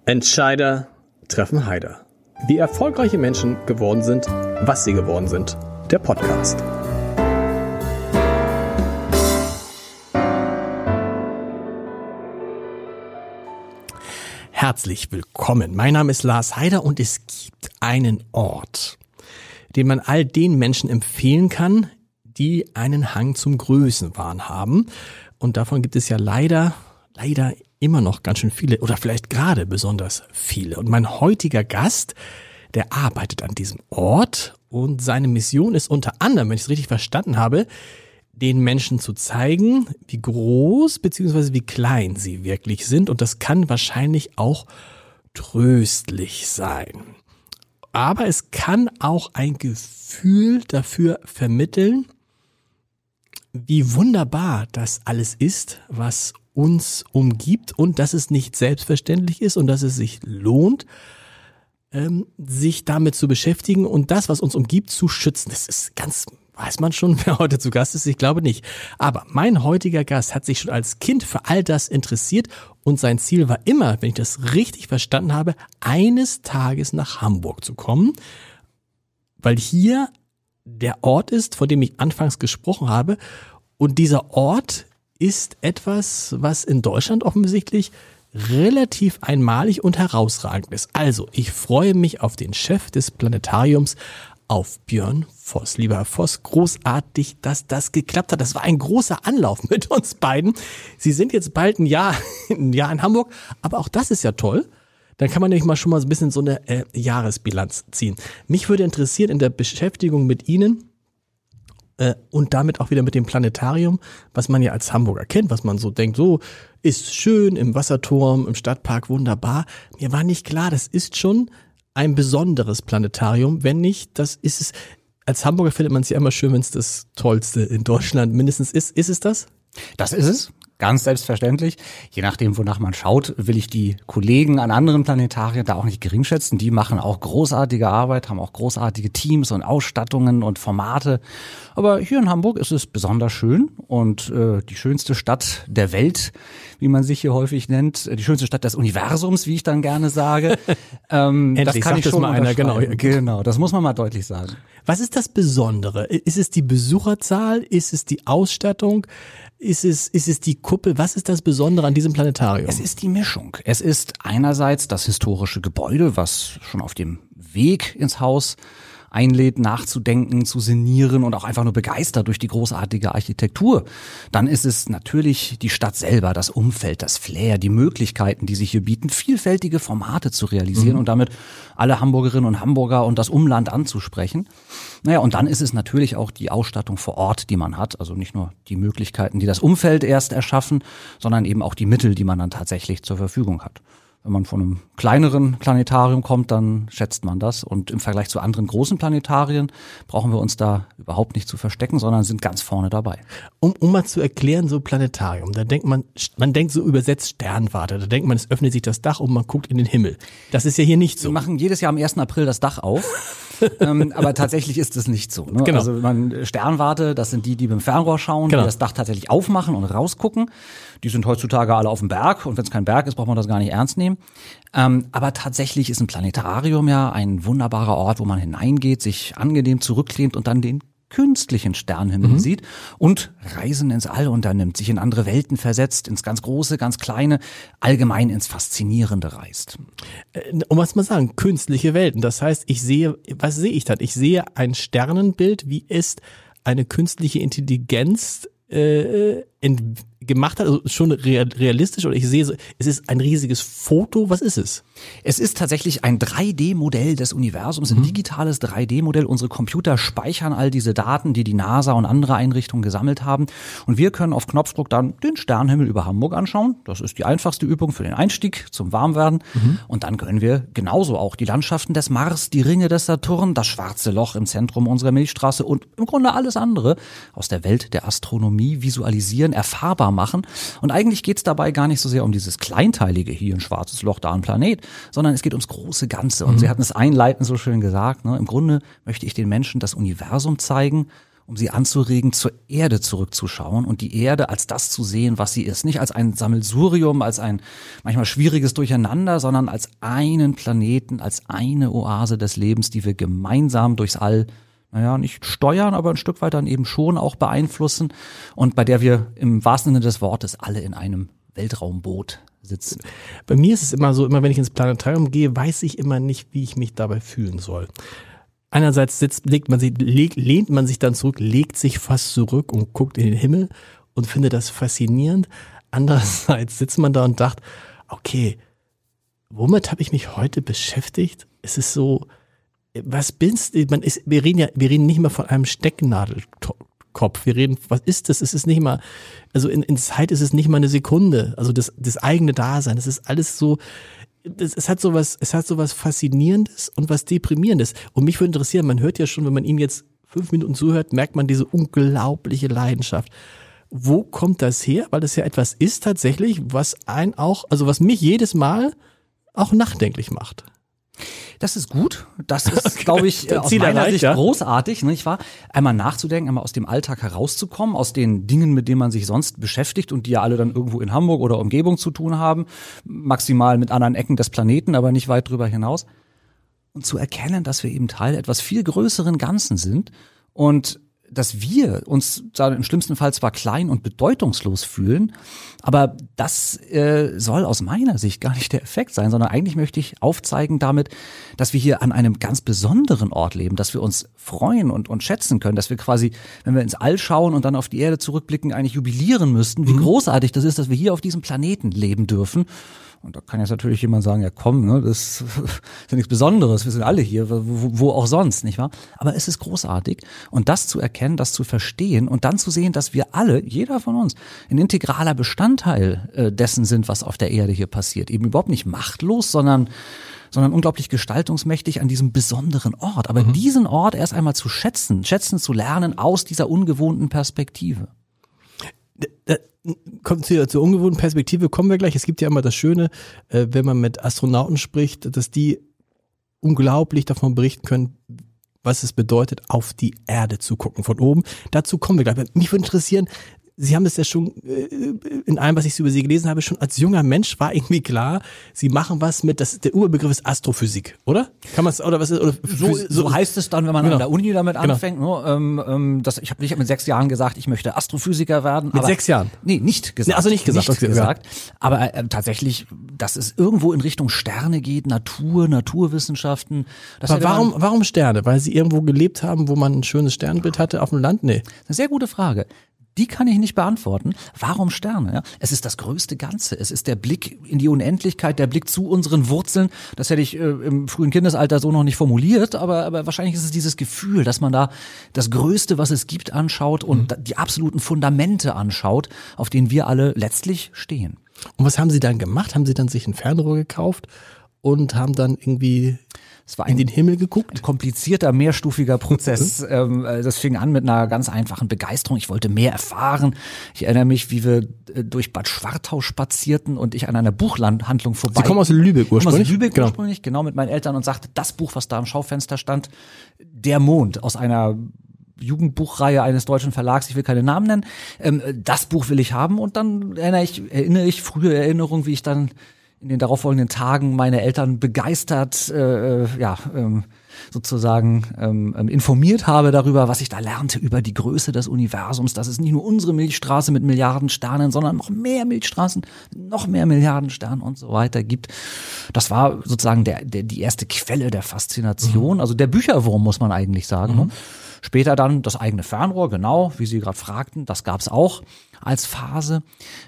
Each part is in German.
Entscheider treffen Heider. Wie erfolgreiche Menschen geworden sind, was sie geworden sind. Der Podcast. Herzlich willkommen. Mein Name ist Lars Heider und es gibt einen Ort, den man all den Menschen empfehlen kann, die einen Hang zum Größenwahn haben. Und davon gibt es ja leider immer noch ganz schön viele oder vielleicht gerade besonders viele. Und mein heutiger Gast, der arbeitet an diesem Ort und seine Mission ist unter anderem, wenn ich es richtig verstanden habe, den Menschen zu zeigen, wie groß bzw. wie klein sie wirklich sind. Und das kann wahrscheinlich auch tröstlich sein. Aber es kann auch ein Gefühl dafür vermitteln, wie wunderbar das alles ist, was uns umgibt und dass es nicht selbstverständlich ist und dass es sich lohnt, sich damit zu beschäftigen und das, was uns umgibt, zu schützen. Das ist ganz, weiß man schon, wer heute zu Gast ist? Ich glaube nicht. Aber mein heutiger Gast hat sich schon als Kind für all das interessiert und sein Ziel war immer, wenn ich das richtig verstanden habe, eines Tages nach Hamburg zu kommen, weil hier der Ort ist, von dem ich anfangs gesprochen habe. Und dieser Ort ist etwas, was in Deutschland offensichtlich relativ einmalig und herausragend ist. Also, ich freue mich auf den Chef des Planetariums, auf Björn Voss. Lieber Herr Voss, großartig, dass das geklappt hat. Das war ein großer Anlauf mit uns beiden. Sie sind jetzt bald ein Jahr in Hamburg, aber auch das ist ja toll. Dann kann man nämlich mal schon mal so ein bisschen so eine Jahresbilanz ziehen. Mich würde interessieren in der Beschäftigung mit Ihnen und damit auch wieder mit dem Planetarium, was man ja als Hamburger kennt, was man so denkt, so ist schön im Wasserturm, im Stadtpark, wunderbar. Mir war nicht klar, das ist schon ein besonderes Planetarium. Wenn nicht, das ist es. Als Hamburger findet man es ja immer schön, wenn es das Tollste in Deutschland mindestens ist. Ist es das? Das ist es. Ganz selbstverständlich. Je nachdem, wonach man schaut, will ich die Kollegen an anderen Planetarien da auch nicht geringschätzen. Die machen auch großartige Arbeit, haben auch großartige Teams und Ausstattungen und Formate. Aber hier in Hamburg ist es besonders schön und die schönste Stadt der Welt, wie man sich hier häufig nennt, die schönste Stadt des Universums, wie ich dann gerne sage. Endlich, das kann ich schon mal einer, genau, das muss man mal deutlich sagen. Was ist das Besondere? Ist es die Besucherzahl? Ist es die Ausstattung? Ist es die Kuppel? Was ist das Besondere an diesem Planetarium? Es ist die Mischung. Es ist einerseits das historische Gebäude, was schon auf dem Weg ins Haus einlädt, nachzudenken, zu sinnieren und auch einfach nur begeistert durch die großartige Architektur. Dann ist es natürlich die Stadt selber, das Umfeld, das Flair, die Möglichkeiten, die sich hier bieten, vielfältige Formate zu realisieren und damit alle Hamburgerinnen und Hamburger und das Umland anzusprechen. Naja, und dann ist es natürlich auch die Ausstattung vor Ort, die man hat. Also nicht nur die Möglichkeiten, die das Umfeld erst erschaffen, sondern eben auch die Mittel, die man dann tatsächlich zur Verfügung hat. Wenn man von einem kleineren Planetarium kommt, dann schätzt man das. Und im Vergleich zu anderen großen Planetarien brauchen wir uns da überhaupt nicht zu verstecken, sondern sind ganz vorne dabei. Um mal zu erklären, so Planetarium, da denkt man denkt so übersetzt Sternwarte, da denkt man, es öffnet sich das Dach und man guckt in den Himmel. Das ist ja hier nicht so. Wir machen jedes Jahr am 1. April das Dach auf. Aber tatsächlich ist es nicht so. Ne? Genau. Also Sternwarte, das sind die mit dem Fernrohr schauen, genau, die das Dach tatsächlich aufmachen und rausgucken. Die sind heutzutage alle auf dem Berg und wenn es kein Berg ist, braucht man das gar nicht ernst nehmen. Aber tatsächlich ist ein Planetarium ja ein wunderbarer Ort, wo man hineingeht, sich angenehm zurücklehnt und dann den künstlichen Sternenhimmel sieht und Reisen ins All unternimmt, sich in andere Welten versetzt, ins ganz Große, ganz Kleine, allgemein ins Faszinierende reist. Um was mal sagen, künstliche Welten. Das heißt, was sehe ich dann? Ich sehe ein Sternenbild, wie es eine künstliche Intelligenz gemacht hat, also schon realistisch, oder ich sehe so, es ist ein riesiges Foto, was ist es? Es ist tatsächlich ein 3D-Modell des Universums, ein digitales 3D-Modell. Unsere Computer speichern all diese Daten, die die NASA und andere Einrichtungen gesammelt haben, und wir können auf Knopfdruck dann den Sternenhimmel über Hamburg anschauen. Das ist die einfachste Übung für den Einstieg zum Warmwerden. Und dann können wir genauso auch die Landschaften des Mars, die Ringe des Saturn, das schwarze Loch im Zentrum unserer Milchstraße und im Grunde alles andere aus der Welt der Astronomie visualisieren, erfahrbar machen. Und eigentlich geht es dabei gar nicht so sehr um dieses Kleinteilige, hier ein schwarzes Loch, da ein Planet, sondern es geht ums große Ganze. Und Sie hatten es einleitend so schön gesagt, ne? Im Grunde möchte ich den Menschen das Universum zeigen um sie anzuregen, zur Erde zurückzuschauen und die Erde als das zu sehen, was sie ist. Nicht als ein Sammelsurium, als ein manchmal schwieriges Durcheinander, sondern als einen Planeten, als eine Oase des Lebens, die wir gemeinsam durchs All, nicht steuern, aber ein Stück weit dann eben schon auch beeinflussen und bei der wir im wahrsten Sinne des Wortes alle in einem Weltraumboot sitzen. Bei mir ist es immer so, immer wenn ich ins Planetarium gehe, weiß ich immer nicht, wie ich mich dabei fühlen soll. Einerseits lehnt man sich dann zurück, legt sich fast zurück und guckt in den Himmel und findet das faszinierend. Andererseits sitzt man da und dacht, okay, womit habe ich mich heute beschäftigt? Es ist so, wir reden nicht mehr von einem Stecknadelkopf. Wir reden, was ist das? Es ist nicht mal, also in Zeit ist es nicht mal eine Sekunde. Also das eigene Dasein, das ist alles so, es hat sowas Faszinierendes und was Deprimierendes. Und mich würde interessieren, man hört ja schon, wenn man ihm jetzt 5 Minuten zuhört, merkt man diese unglaubliche Leidenschaft. Wo kommt das her? Weil das ja etwas ist tatsächlich, was was mich jedes Mal auch nachdenklich macht. Das ist gut. Das ist, glaube ich, aus meiner Sicht großartig, nicht wahr? Einmal nachzudenken, einmal aus dem Alltag herauszukommen, aus den Dingen, mit denen man sich sonst beschäftigt und die ja alle dann irgendwo in Hamburg oder Umgebung zu tun haben, maximal mit anderen Ecken des Planeten, aber nicht weit drüber hinaus. Und zu erkennen, dass wir eben Teil etwas viel größeren Ganzen sind und dass wir uns im schlimmsten Fall zwar klein und bedeutungslos fühlen, aber das soll aus meiner Sicht gar nicht der Effekt sein, sondern eigentlich möchte ich aufzeigen damit, dass wir hier an einem ganz besonderen Ort leben, dass wir uns freuen und schätzen können, dass wir quasi, wenn wir ins All schauen und dann auf die Erde zurückblicken, eigentlich jubilieren müssten, wie großartig das ist, dass wir hier auf diesem Planeten leben dürfen. Und da kann jetzt natürlich jemand sagen, ja komm, ne, das ist ja nichts Besonderes, wir sind alle hier, wo auch sonst, nicht wahr? Aber es ist großartig und das zu erkennen, das zu verstehen und dann zu sehen, dass wir alle, jeder von uns, ein integraler Bestandteil dessen sind, was auf der Erde hier passiert. Eben überhaupt nicht machtlos, sondern unglaublich gestaltungsmächtig an diesem besonderen Ort. Aber diesen Ort erst einmal zu schätzen zu lernen aus dieser ungewohnten Perspektive. Kommt zur ungewohnten Perspektive, kommen wir gleich. Es gibt ja immer das Schöne, wenn man mit Astronauten spricht, dass die unglaublich davon berichten können, was es bedeutet, auf die Erde zu gucken von oben. Dazu kommen wir gleich. Mich würde interessieren, Sie haben es ja schon in allem, was ich über Sie gelesen habe, schon als junger Mensch war irgendwie klar, Sie machen was mit, der Urbegriff ist Astrophysik, oder? Kann man es, oder was ist, oder so heißt es dann, wenn man an der Uni damit anfängt. Ne? Ich habe mit 6 Jahren gesagt, ich möchte Astrophysiker werden. Mit 6 Jahren? Nee, nicht gesagt. Also nicht gesagt. Nicht gesagt. Aber tatsächlich, dass es irgendwo in Richtung Sterne geht, Naturwissenschaften. Aber warum Sterne? Weil Sie irgendwo gelebt haben, wo man ein schönes Sternbild hatte auf dem Land? Nee. Eine sehr gute Frage. Die kann ich nicht beantworten. Warum Sterne? Ja? Es ist das größte Ganze. Es ist der Blick in die Unendlichkeit, der Blick zu unseren Wurzeln. Das hätte ich im frühen Kindesalter so noch nicht formuliert, aber wahrscheinlich ist es dieses Gefühl, dass man da das Größte, was es gibt, anschaut und die absoluten Fundamente anschaut, auf denen wir alle letztlich stehen. Und was haben Sie dann gemacht? Haben Sie dann sich ein Fernrohr gekauft und haben dann irgendwie in den Himmel geguckt? Ein komplizierter, mehrstufiger Prozess. Das fing an mit einer ganz einfachen Begeisterung. Ich wollte mehr erfahren. Ich erinnere mich, wie wir durch Bad Schwartau spazierten und ich an einer Buchhandlung vorbei. Sie kommen aus Lübeck ursprünglich? Ursprünglich, genau, mit meinen Eltern und sagte, das Buch, was da am Schaufenster stand, Der Mond, aus einer Jugendbuchreihe eines deutschen Verlags, ich will keine Namen nennen, das Buch will ich haben. Und dann erinnere ich frühe Erinnerungen, wie ich dann in den darauffolgenden Tagen meine Eltern begeistert informiert habe darüber, was ich da lernte über die Größe des Universums, dass es nicht nur unsere Milchstraße mit Milliarden Sternen, sondern noch mehr Milchstraßen, noch mehr Milliarden Sternen und so weiter gibt. Das war sozusagen die erste Quelle der Faszination, also der Bücherwurm, muss man eigentlich sagen. Ne? Später dann das eigene Fernrohr, genau, wie Sie gerade fragten, das gab's auch als Phase.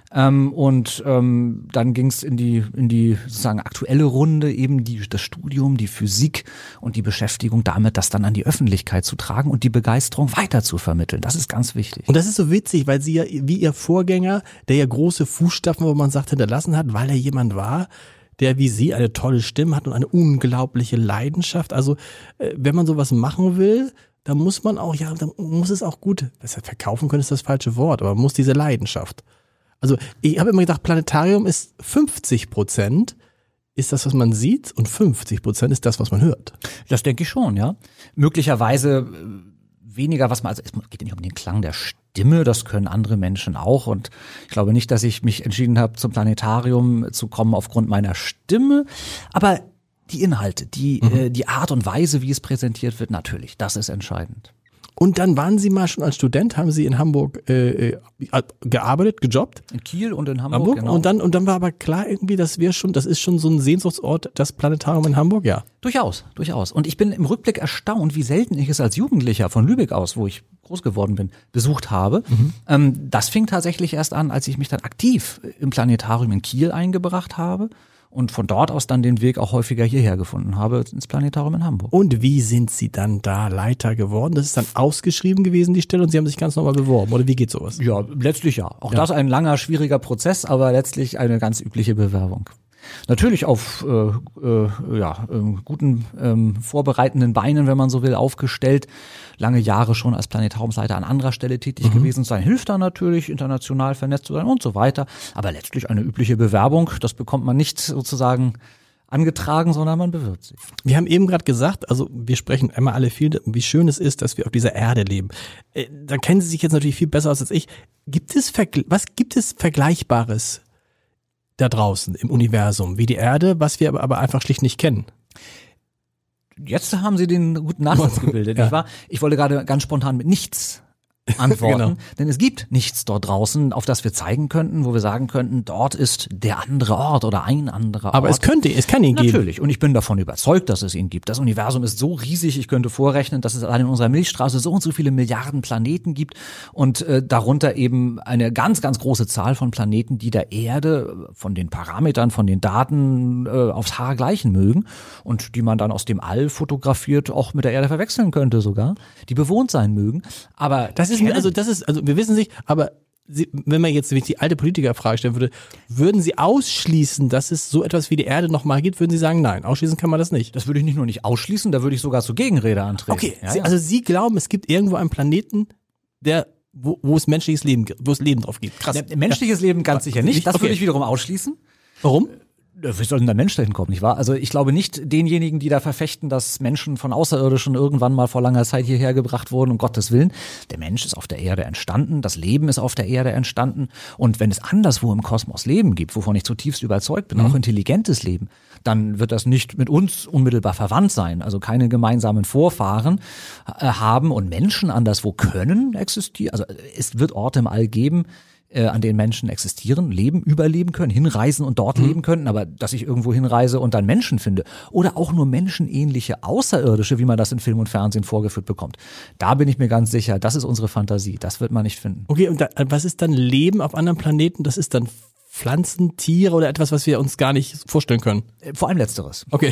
Dann ging es in die sozusagen aktuelle Runde, eben das Studium, die Physik und die Beschäftigung damit, das dann an die Öffentlichkeit zu tragen und die Begeisterung weiter zu vermitteln. Das ist ganz wichtig. Und das ist so witzig, weil Sie ja, wie Ihr Vorgänger, der ja große Fußstapfen, wo man sagt, hinterlassen hat, weil er jemand war, der wie Sie eine tolle Stimme hat und eine unglaubliche Leidenschaft. Also wenn man sowas machen will, da muss man auch, dann muss es auch gut, verkaufen können ist das falsche Wort, aber man muss diese Leidenschaft. Also ich habe immer gedacht, Planetarium ist 50% ist das, was man sieht und 50% ist das, was man hört. Das denke ich schon, ja. Möglicherweise weniger, was man, also es geht ja nicht um den Klang der Stimme, das können andere Menschen auch und ich glaube nicht, dass ich mich entschieden habe, zum Planetarium zu kommen aufgrund meiner Stimme, aber die Inhalte, die Art und Weise, wie es präsentiert wird, natürlich, das ist entscheidend. Und dann waren Sie mal schon als Student, haben Sie in Hamburg gearbeitet, gejobbt? In Kiel und in Hamburg, genau. Und dann war aber klar irgendwie, das ist schon so ein Sehnsuchtsort, das Planetarium in Hamburg, ja. Durchaus. Und ich bin im Rückblick erstaunt, wie selten ich es als Jugendlicher von Lübeck aus, wo ich groß geworden bin, besucht habe. Das fing tatsächlich erst an, als ich mich dann aktiv im Planetarium in Kiel eingebracht habe. Und von dort aus dann den Weg auch häufiger hierher gefunden habe, ins Planetarium in Hamburg. Und wie sind Sie dann da Leiter geworden? Das ist dann ausgeschrieben gewesen, die Stelle, und Sie haben sich ganz normal beworben, oder wie geht sowas? Ja, letztlich ja. Auch das ein langer, schwieriger Prozess, aber letztlich eine ganz übliche Bewerbung. Natürlich auf guten vorbereitenden Beinen, wenn man so will, aufgestellt. Lange Jahre schon als Planetariumsleiter an anderer Stelle tätig gewesen sein, hilft da natürlich, international vernetzt zu sein und so weiter. Aber letztlich eine übliche Bewerbung, das bekommt man nicht sozusagen angetragen, sondern man bewirbt sich. Wir haben eben gerade gesagt, also wir sprechen einmal alle viel, wie schön es ist, dass wir auf dieser Erde leben. Da kennen Sie sich jetzt natürlich viel besser aus als ich. Was gibt es Vergleichbares da draußen im Universum, wie die Erde, was wir aber einfach schlicht nicht kennen? Jetzt haben Sie den guten Nachsatz gebildet, nicht wahr? Ich wollte gerade ganz spontan mit nichts antworten, Genau. Denn es gibt nichts dort draußen, auf das wir zeigen könnten, wo wir sagen könnten, dort ist der andere Ort oder ein anderer Ort. Aber es kann ihn geben. Natürlich, und ich bin davon überzeugt, dass es ihn gibt. Das Universum ist so riesig, ich könnte vorrechnen, dass es allein in unserer Milchstraße so und so viele Milliarden Planeten gibt und darunter eben eine ganz, ganz große Zahl von Planeten, die der Erde von den Parametern, von den Daten aufs Haar gleichen mögen und die man dann aus dem All fotografiert auch mit der Erde verwechseln könnte sogar, die bewohnt sein mögen. Aber wir wissen nicht, aber wenn man jetzt die alte Politikerfrage stellen würde, würden Sie ausschließen, dass es so etwas wie die Erde nochmal gibt? Würden Sie sagen, nein, ausschließen kann man das nicht? Das würde ich nicht nur nicht ausschließen, da würde ich sogar zur Gegenrede antreten. Okay, ja. Also Sie glauben, es gibt irgendwo einen Planeten, wo es menschliches Leben gibt, wo es Leben drauf gibt. Krass. Menschliches Leben ganz sicher nicht, das Okay. würde ich wiederum ausschließen. Warum? Wie soll denn der Mensch dahin kommen, nicht wahr? Also ich glaube nicht denjenigen, die da verfechten, dass Menschen von Außerirdischen irgendwann mal vor langer Zeit hierher gebracht wurden, um Gottes Willen. Der Mensch ist auf der Erde entstanden, das Leben ist auf der Erde entstanden. Und wenn es anderswo im Kosmos Leben gibt, wovon ich zutiefst überzeugt bin, auch intelligentes Leben, dann wird das nicht mit uns unmittelbar verwandt sein, also keine gemeinsamen Vorfahren haben und Menschen anderswo können existieren. Also es wird Orte im All geben, an denen Menschen existieren, leben, überleben können, hinreisen und dort leben können, aber dass ich irgendwo hinreise und dann Menschen finde oder auch nur menschenähnliche Außerirdische, wie man das in Film und Fernsehen vorgeführt bekommt, da bin ich mir ganz sicher, das ist unsere Fantasie, das wird man nicht finden. Okay, und was ist dann Leben auf anderen Planeten? Das ist dann Pflanzen, Tiere oder etwas, was wir uns gar nicht vorstellen können? Vor allem Letzteres. Okay.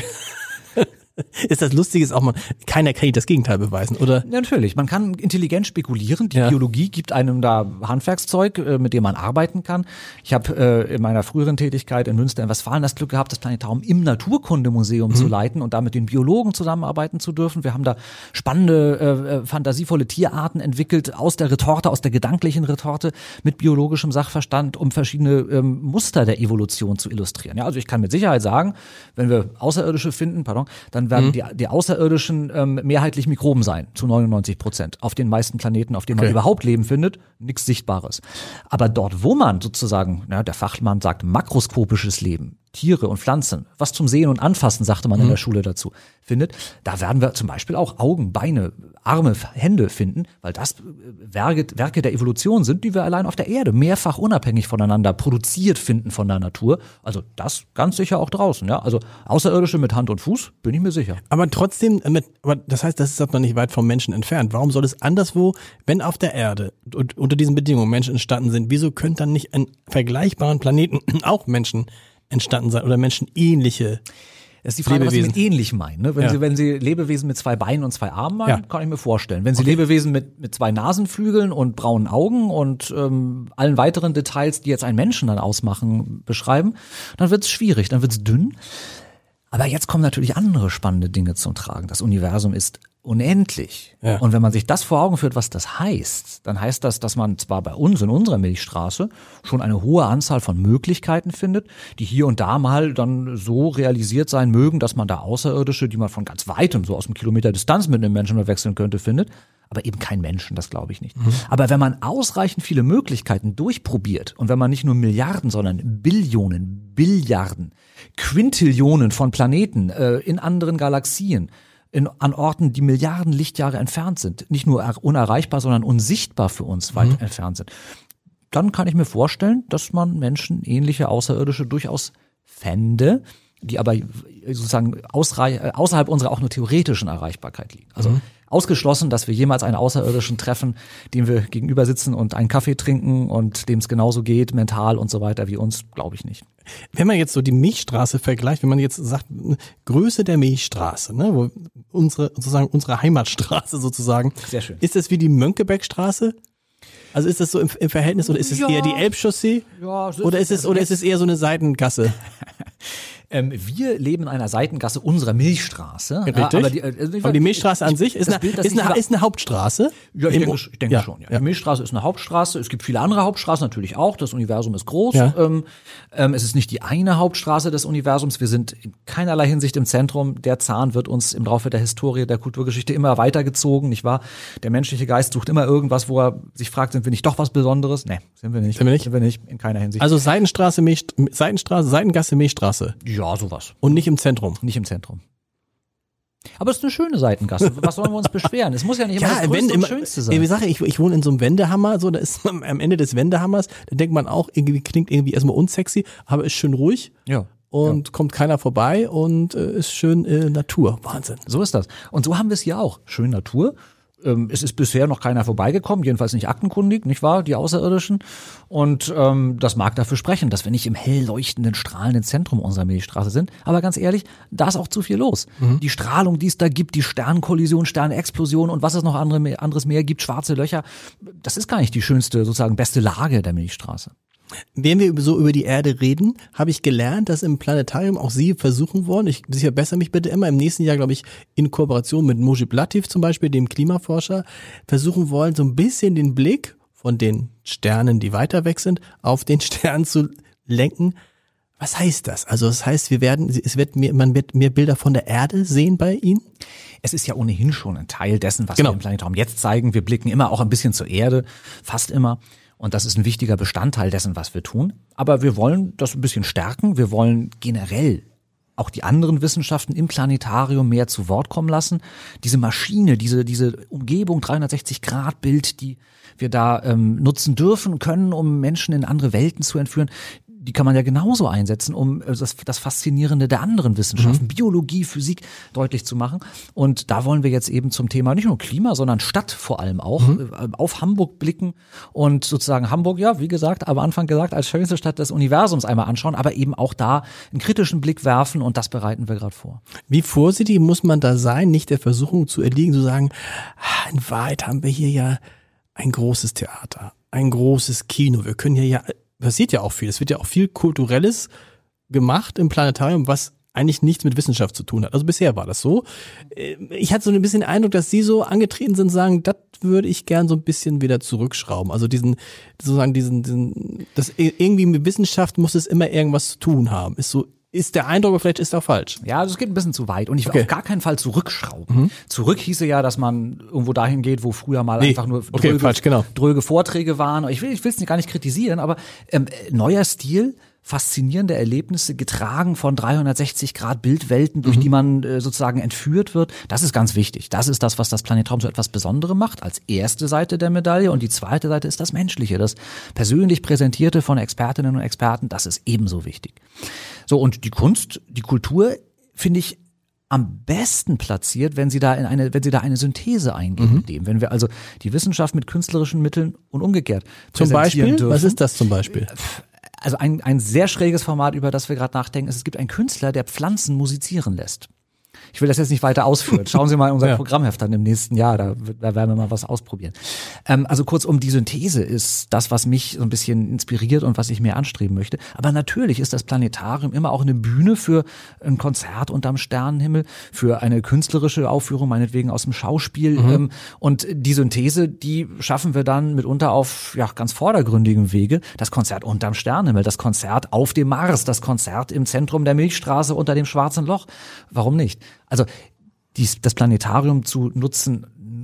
Ist das Lustige, ist auch mal, keiner kann das Gegenteil beweisen, oder? Ja, natürlich. Man kann intelligent spekulieren. Die Ja. Biologie gibt einem da Handwerkszeug, mit dem man arbeiten kann. Ich habe in meiner früheren Tätigkeit in Münster in Westfalen das Glück gehabt, das Planetarium im Naturkundemuseum zu leiten und da mit den Biologen zusammenarbeiten zu dürfen. Wir haben da spannende, fantasievolle Tierarten entwickelt aus der Retorte, aus der gedanklichen Retorte mit biologischem Sachverstand, um verschiedene Muster der Evolution zu illustrieren. Ja, also ich kann mit Sicherheit sagen, wenn wir Außerirdische finden, dann werden die Außerirdischen mehrheitlich Mikroben sein, zu 99%. Auf den meisten Planeten, auf denen man überhaupt Leben findet, nichts Sichtbares. Aber dort, wo man sozusagen, der Fachmann sagt, makroskopisches Leben, Tiere und Pflanzen, was zum Sehen und Anfassen, sagte man in der Schule dazu, findet, da werden wir zum Beispiel auch Augen, Beine, Arme, Hände finden, weil das Werke der Evolution sind, die wir allein auf der Erde mehrfach unabhängig voneinander produziert finden von der Natur. Also das ganz sicher auch draußen. Ja, also Außerirdische mit Hand und Fuß, bin ich mir sicher. Aber trotzdem, aber das heißt, das ist doch noch nicht weit vom Menschen entfernt. Warum soll es anderswo, wenn auf der Erde und unter diesen Bedingungen Menschen entstanden sind, wieso könnte dann nicht an vergleichbaren Planeten auch Menschen entstanden sein oder menschenähnliche Das ist die Frage, Lebewesen. was Sie mit ähnlich meinen. Ne? Wenn Sie Lebewesen mit 2 Beinen und 2 Armen meinen, kann ich mir vorstellen. Wenn Sie Lebewesen mit 2 Nasenflügeln und braunen Augen und allen weiteren Details, die jetzt einen Menschen dann ausmachen, beschreiben, dann wird es schwierig, dann wird es dünn. Aber jetzt kommen natürlich andere spannende Dinge zum Tragen. Das Universum ist unendlich. Ja. Und wenn man sich das vor Augen führt, was das heißt, dann heißt das, dass man zwar bei uns in unserer Milchstraße schon eine hohe Anzahl von Möglichkeiten findet, die hier und da mal dann so realisiert sein mögen, dass man da Außerirdische, die man von ganz weitem, so aus einem Kilometer Distanz mit einem Menschen wechseln könnte, findet. aber eben kein Menschen, das glaube ich nicht. Aber wenn man ausreichend viele Möglichkeiten durchprobiert und wenn man nicht nur Milliarden, sondern Billionen, Billiarden, Quintillionen von Planeten in anderen Galaxien, an Orten, die Milliarden Lichtjahre entfernt sind, nicht nur unerreichbar, sondern unsichtbar für uns weit entfernt sind, dann kann ich mir vorstellen, dass man Menschen, ähnliche Außerirdische durchaus fände, die aber sozusagen außerhalb unserer auch nur theoretischen Erreichbarkeit liegen. Also ausgeschlossen, dass wir jemals einen Außerirdischen treffen, dem wir gegenüber sitzen und einen Kaffee trinken und dem es genauso geht, mental und so weiter wie uns, glaube ich nicht. Wenn man jetzt so die Milchstraße vergleicht, wenn man jetzt sagt, Größe der Milchstraße, ne, wo unsere Heimatstraße sozusagen. Sehr schön. Ist das wie die Mönckebergstraße? Also ist das so im Verhältnis oder ist es eher die Elbchaussee? Ja, oder ist es eher so eine Seitengasse? Wir leben in einer Seitengasse unserer Milchstraße. Richtig. Ja, aber die Milchstraße an sich ist eine Hauptstraße? Ja, ich denke schon. Ja. Die Milchstraße ist eine Hauptstraße. Es gibt viele andere Hauptstraßen natürlich auch. Das Universum ist groß. Ja. Es ist nicht die eine Hauptstraße des Universums. Wir sind in keinerlei Hinsicht im Zentrum. Der Zahn wird uns im Laufe der Historie, der Kulturgeschichte immer weitergezogen, nicht wahr? Der menschliche Geist sucht immer irgendwas, wo er sich fragt, sind wir nicht doch was Besonderes? Nee, sind wir nicht. Sind wir nicht, in keiner Hinsicht. Also Seitengasse, Milchstraße. Ja, sowas. Und nicht im Zentrum. Nicht im Zentrum. Aber es ist eine schöne Seitengasse. Was sollen wir uns beschweren? Es muss ja nicht immer das Größte und Schönste sein. Ich wohne in so einem Wendehammer, so, da ist am Ende des Wendehammers, da denkt man auch, klingt irgendwie erstmal unsexy, aber ist schön ruhig. Ja. Und kommt keiner vorbei und ist schön Natur. Wahnsinn. So ist das. Und so haben wir es hier auch. Schön Natur. Es ist bisher noch keiner vorbeigekommen, jedenfalls nicht aktenkundig, nicht wahr, die Außerirdischen. Und das mag dafür sprechen, dass wir nicht im hell leuchtenden, strahlenden Zentrum unserer Milchstraße sind. Aber ganz ehrlich, da ist auch zu viel los. Die Strahlung, die es da gibt, die Sternenkollision, Sternexplosion und was es noch anderes mehr gibt, schwarze Löcher, das ist gar nicht die schönste, sozusagen beste Lage der Milchstraße. Wenn wir so über die Erde reden, habe ich gelernt, dass im Planetarium auch Sie versuchen wollen, ich verbessere mich bitte immer, im nächsten Jahr, glaube ich, in Kooperation mit Mujib Latif zum Beispiel, dem Klimaforscher, versuchen wollen, so ein bisschen den Blick von den Sternen, die weiter weg sind, auf den Stern zu lenken. Was heißt das? Also das heißt, man wird mehr Bilder von der Erde sehen bei Ihnen? Es ist ja ohnehin schon ein Teil dessen, was wir im Planetarium jetzt zeigen. Wir blicken immer auch ein bisschen zur Erde, fast immer. Und das ist ein wichtiger Bestandteil dessen, was wir tun. Aber wir wollen das ein bisschen stärken. Wir wollen generell auch die anderen Wissenschaften im Planetarium mehr zu Wort kommen lassen. Diese Maschine, diese Umgebung 360-Grad-Bild, die wir da nutzen dürfen können, um Menschen in andere Welten zu entführen, die kann man ja genauso einsetzen, um das Faszinierende der anderen Wissenschaften, Biologie, Physik deutlich zu machen. Und da wollen wir jetzt eben zum Thema nicht nur Klima, sondern Stadt vor allem auch auf Hamburg blicken und sozusagen Hamburg, ja, wie gesagt, am Anfang gesagt, als schönste Stadt des Universums einmal anschauen, aber eben auch da einen kritischen Blick werfen und das bereiten wir gerade vor. Wie vorsichtig muss man da sein, nicht der Versuchung zu erliegen, zu sagen, in Wahrheit haben wir hier ja ein großes Theater, ein großes Kino, wir können hier ja passiert ja auch viel. Es wird ja auch viel Kulturelles gemacht im Planetarium, was eigentlich nichts mit Wissenschaft zu tun hat. Also bisher war das so. Ich hatte so ein bisschen den Eindruck, dass Sie so angetreten sind, sagen, das würde ich gern so ein bisschen wieder zurückschrauben. Also das irgendwie mit Wissenschaft muss es immer irgendwas zu tun haben. Ist der Eindruck, aber vielleicht ist er auch falsch. Ja, also es geht ein bisschen zu weit und ich will auf gar keinen Fall zurückschrauben. Zurück hieße ja, dass man irgendwo dahin geht, wo früher mal einfach nur dröge Vorträge waren. Ich will es gar nicht kritisieren, aber neuer Stil, faszinierende Erlebnisse, getragen von 360-Grad-Bildwelten, durch die man sozusagen entführt wird. Das ist ganz wichtig. Das ist das, was das Planetarium so etwas Besonderes macht, als erste Seite der Medaille. Und die zweite Seite ist das Menschliche, das persönlich Präsentierte von Expertinnen und Experten. Das ist ebenso wichtig. So, und die Kunst, die Kultur, finde ich am besten platziert, wenn sie da eine Synthese eingehen mit dem. Wenn wir also die Wissenschaft mit künstlerischen Mitteln und umgekehrt präsentieren dürfen. Was ist das zum Beispiel? Also ein sehr schräges Format, über das wir gerade nachdenken, ist, es gibt einen Künstler, der Pflanzen musizieren lässt. Ich will das jetzt nicht weiter ausführen. Schauen Sie mal in unser Programmheft dann im nächsten Jahr, da werden wir mal was ausprobieren. Also kurzum, die Synthese ist das, was mich so ein bisschen inspiriert und was ich mehr anstreben möchte. Aber natürlich ist das Planetarium immer auch eine Bühne für ein Konzert unterm Sternenhimmel, für eine künstlerische Aufführung, meinetwegen aus dem Schauspiel. Und die Synthese, die schaffen wir dann mitunter auf ganz vordergründigem Wege. Das Konzert unterm Sternenhimmel, das Konzert auf dem Mars, das Konzert im Zentrum der Milchstraße unter dem schwarzen Loch. Warum nicht? Also das Planetarium zu nutzen,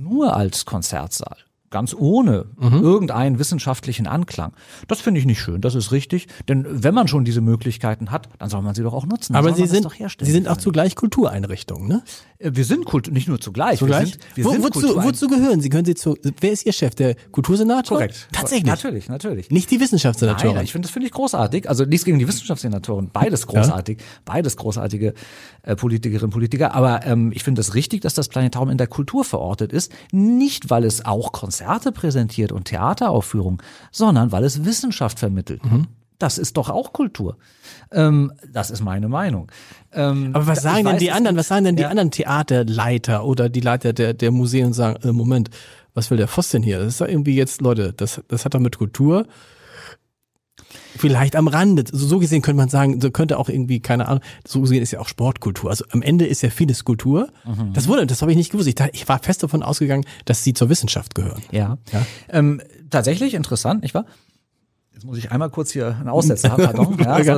nur als Konzertsaal, ganz ohne irgendeinen wissenschaftlichen Anklang. Das finde ich nicht schön, das ist richtig. Denn wenn man schon diese Möglichkeiten hat, dann soll man sie doch auch nutzen. Aber Sie sind auch zugleich Kultureinrichtungen, ne? Wir sind nicht nur zugleich. Zugleich? Wozu gehören Sie? Wer ist Ihr Chef? Der Kultursenator? Korrekt. Tatsächlich? Natürlich. Nicht die Wissenschaftssenatorin? Nein, das finde ich großartig. Also nichts gegen die Wissenschaftssenatoren. Beides großartig. Ja. Beides großartige Politikerinnen und Politiker. Aber ich finde es richtig, dass das Planetarium in der Kultur verortet ist. Nicht, weil es auch Konzerte präsentiert und Theateraufführungen, sondern weil es Wissenschaft vermittelt. Das ist doch auch Kultur. Das ist meine Meinung. Aber was sagen denn die anderen? Was sagen denn die anderen Theaterleiter oder die Leiter der Museen und sagen, Moment, was will der Voss denn hier? Das ist doch irgendwie jetzt, Leute, das hat doch mit Kultur vielleicht am Rande. So gesehen könnte man sagen, so könnte auch irgendwie, keine Ahnung, so gesehen ist ja auch Sportkultur. Also am Ende ist ja vieles Kultur. Das habe ich nicht gewusst. Ich war fest davon ausgegangen, dass sie zur Wissenschaft gehören. Ja. Tatsächlich interessant, nicht wahr? Jetzt muss ich einmal kurz hier einen Aussetzer haben, pardon.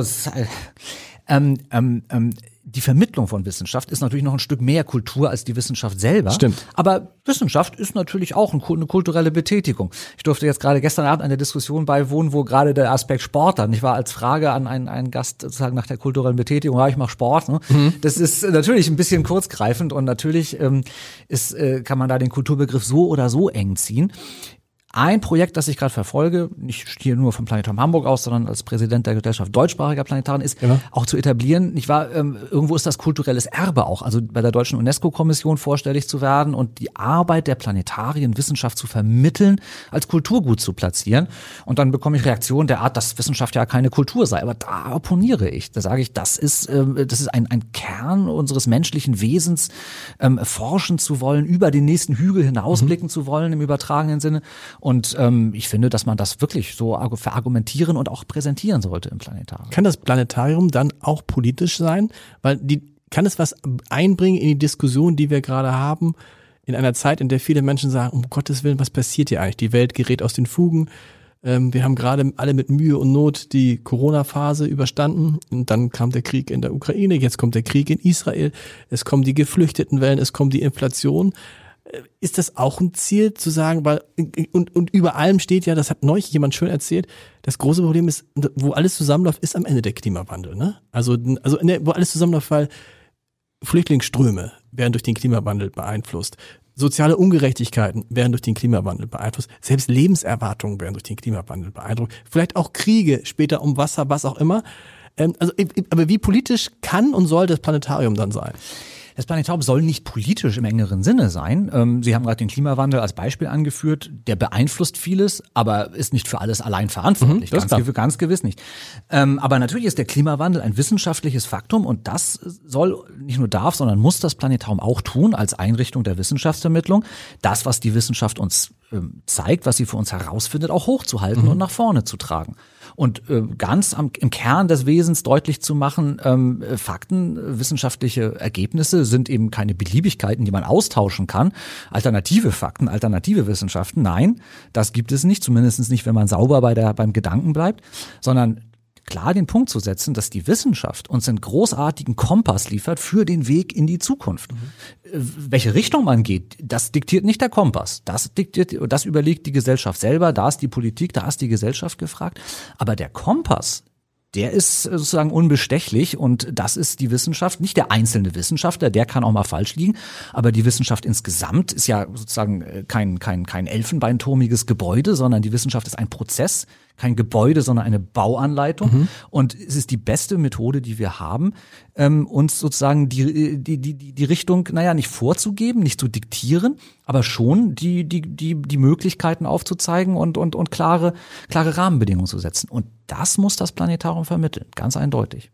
Die Vermittlung von Wissenschaft ist natürlich noch ein Stück mehr Kultur als die Wissenschaft selber. Stimmt. Aber Wissenschaft ist natürlich auch eine kulturelle Betätigung. Ich durfte jetzt gerade gestern Abend an der Diskussion beiwohnen, wo gerade der Aspekt Sport dann, ich war als Frage an einen Gast sozusagen nach der kulturellen Betätigung, ja, ich mache Sport. Ne? Das ist natürlich ein bisschen kurzgreifend und natürlich kann man da den Kulturbegriff so oder so eng ziehen. Ein Projekt, das ich gerade verfolge, nicht hier nur vom Planetarium Hamburg aus, sondern als Präsident der Gesellschaft deutschsprachiger Planetarien, ist auch zu etablieren, irgendwo ist das kulturelles Erbe auch, also bei der deutschen UNESCO-Kommission vorstellig zu werden und die Arbeit der Planetarienwissenschaft zu vermitteln, als Kulturgut zu platzieren. Und dann bekomme ich Reaktionen der Art, dass Wissenschaft ja keine Kultur sei. Aber da opponiere ich. Da sage ich, das ist ein Kern unseres menschlichen Wesens, forschen zu wollen, über den nächsten Hügel hinausblicken zu wollen, im übertragenen Sinne. Und ich finde, dass man das wirklich so verargumentieren und auch präsentieren sollte im Planetarium. Kann das Planetarium dann auch politisch sein? Weil kann es was einbringen in die Diskussion, die wir gerade haben, in einer Zeit, in der viele Menschen sagen, um Gottes Willen, was passiert hier eigentlich? Die Welt gerät aus den Fugen. Wir haben gerade alle mit Mühe und Not die Corona-Phase überstanden und dann kam der Krieg in der Ukraine, jetzt kommt der Krieg in Israel, es kommen die Geflüchtetenwellen, es kommt die Inflation. Ist das auch ein Ziel zu sagen, weil und über allem steht ja, das hat neulich jemand schön erzählt, das große Problem ist, wo alles zusammenläuft, ist am Ende der Klimawandel, ne? Wo alles zusammenläuft, weil Flüchtlingsströme werden durch den Klimawandel beeinflusst. Soziale Ungerechtigkeiten werden durch den Klimawandel beeinflusst. Selbst Lebenserwartungen werden durch den Klimawandel beeindruckt. Vielleicht auch Kriege später um Wasser, was auch immer. Aber wie politisch kann und soll das Planetarium dann sein? Das Planetarium soll nicht politisch im engeren Sinne sein. Sie haben gerade den Klimawandel als Beispiel angeführt. Der beeinflusst vieles, aber ist nicht für alles allein verantwortlich. Ganz gewiss nicht. Aber natürlich ist der Klimawandel ein wissenschaftliches Faktum und das soll, nicht nur darf, sondern muss das Planetarium auch tun als Einrichtung der Wissenschaftsvermittlung. Das, was die Wissenschaft uns zeigt, was sie für uns herausfindet, auch hochzuhalten und nach vorne zu tragen. Und ganz im Kern des Wesens deutlich zu machen, Fakten, wissenschaftliche Ergebnisse sind eben keine Beliebigkeiten, die man austauschen kann. Alternative Fakten, alternative Wissenschaften, nein, das gibt es nicht, zumindest nicht, wenn man sauber beim Gedanken bleibt, sondern klar den Punkt zu setzen, dass die Wissenschaft uns einen großartigen Kompass liefert für den Weg in die Zukunft. Welche Richtung man geht, das diktiert nicht der Kompass. Das überlegt die Gesellschaft selber, da ist die Politik, da ist die Gesellschaft gefragt. Aber der Kompass, der ist sozusagen unbestechlich und das ist die Wissenschaft, nicht der einzelne Wissenschaftler, der kann auch mal falsch liegen, aber die Wissenschaft insgesamt ist ja sozusagen kein elfenbeinturmiges Gebäude, sondern die Wissenschaft ist ein Prozess, kein Gebäude, sondern eine Bauanleitung und es ist die beste Methode, die wir haben, uns sozusagen die Richtung, nicht vorzugeben, nicht zu diktieren, aber schon die Möglichkeiten aufzuzeigen und klare Rahmenbedingungen zu setzen. Und das muss das Planetarium vermitteln, ganz eindeutig.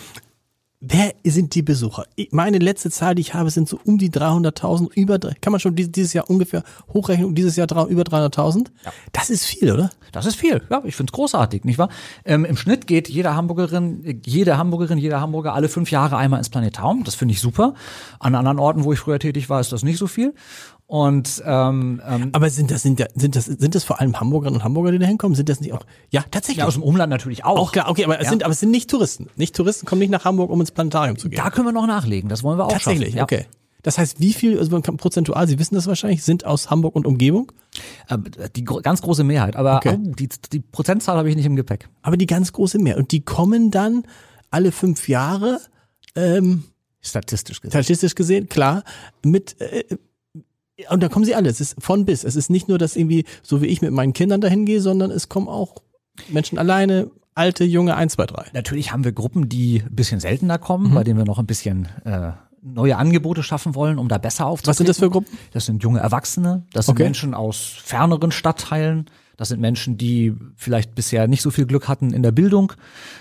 Wer sind die Besucher? Meine letzte Zahl, die ich habe, sind so um die 300.000, kann man schon dieses Jahr ungefähr hochrechnen, dieses Jahr über 300.000? Ja. Das ist viel, oder? Das ist viel, ja, ich find's großartig, nicht wahr? Im Schnitt geht jede Hamburgerin, jeder Hamburger alle 5 Jahre einmal ins Planetarium, das finde ich super. An anderen Orten, wo ich früher tätig war, ist das nicht so viel. Und aber sind das vor allem Hamburgerinnen und Hamburger, die da hinkommen? Sind das nicht auch? Ja, tatsächlich. Ja, aus dem Umland natürlich auch. Auch klar, okay, aber es sind nicht Touristen. Nicht Touristen kommen nicht nach Hamburg, um ins Planetarium zu gehen. Da können wir noch nachlegen. Das wollen wir auch tatsächlich, schaffen. Okay. Das heißt, wie viel, also prozentual, Sie wissen das wahrscheinlich, sind aus Hamburg und Umgebung? Die ganz große Mehrheit, aber Okay. die Prozentzahl habe ich nicht im Gepäck. Aber die ganz große Mehrheit. Und die kommen dann alle 5 Jahre, Statistisch gesehen. statistisch gesehen, klar, mit, und da kommen sie alle. Es ist von bis. Es ist nicht nur, dass irgendwie, so wie ich mit meinen Kindern dahin gehe, sondern es kommen auch Menschen alleine, alte, junge, 1, 2, 3. Natürlich haben wir Gruppen, die ein bisschen seltener kommen, bei denen wir noch ein bisschen neue Angebote schaffen wollen, um da besser aufzutreten. Was sind das für Gruppen? Das sind junge Erwachsene, das sind Okay. Menschen aus ferneren Stadtteilen, das sind Menschen, die vielleicht bisher nicht so viel Glück hatten in der Bildung.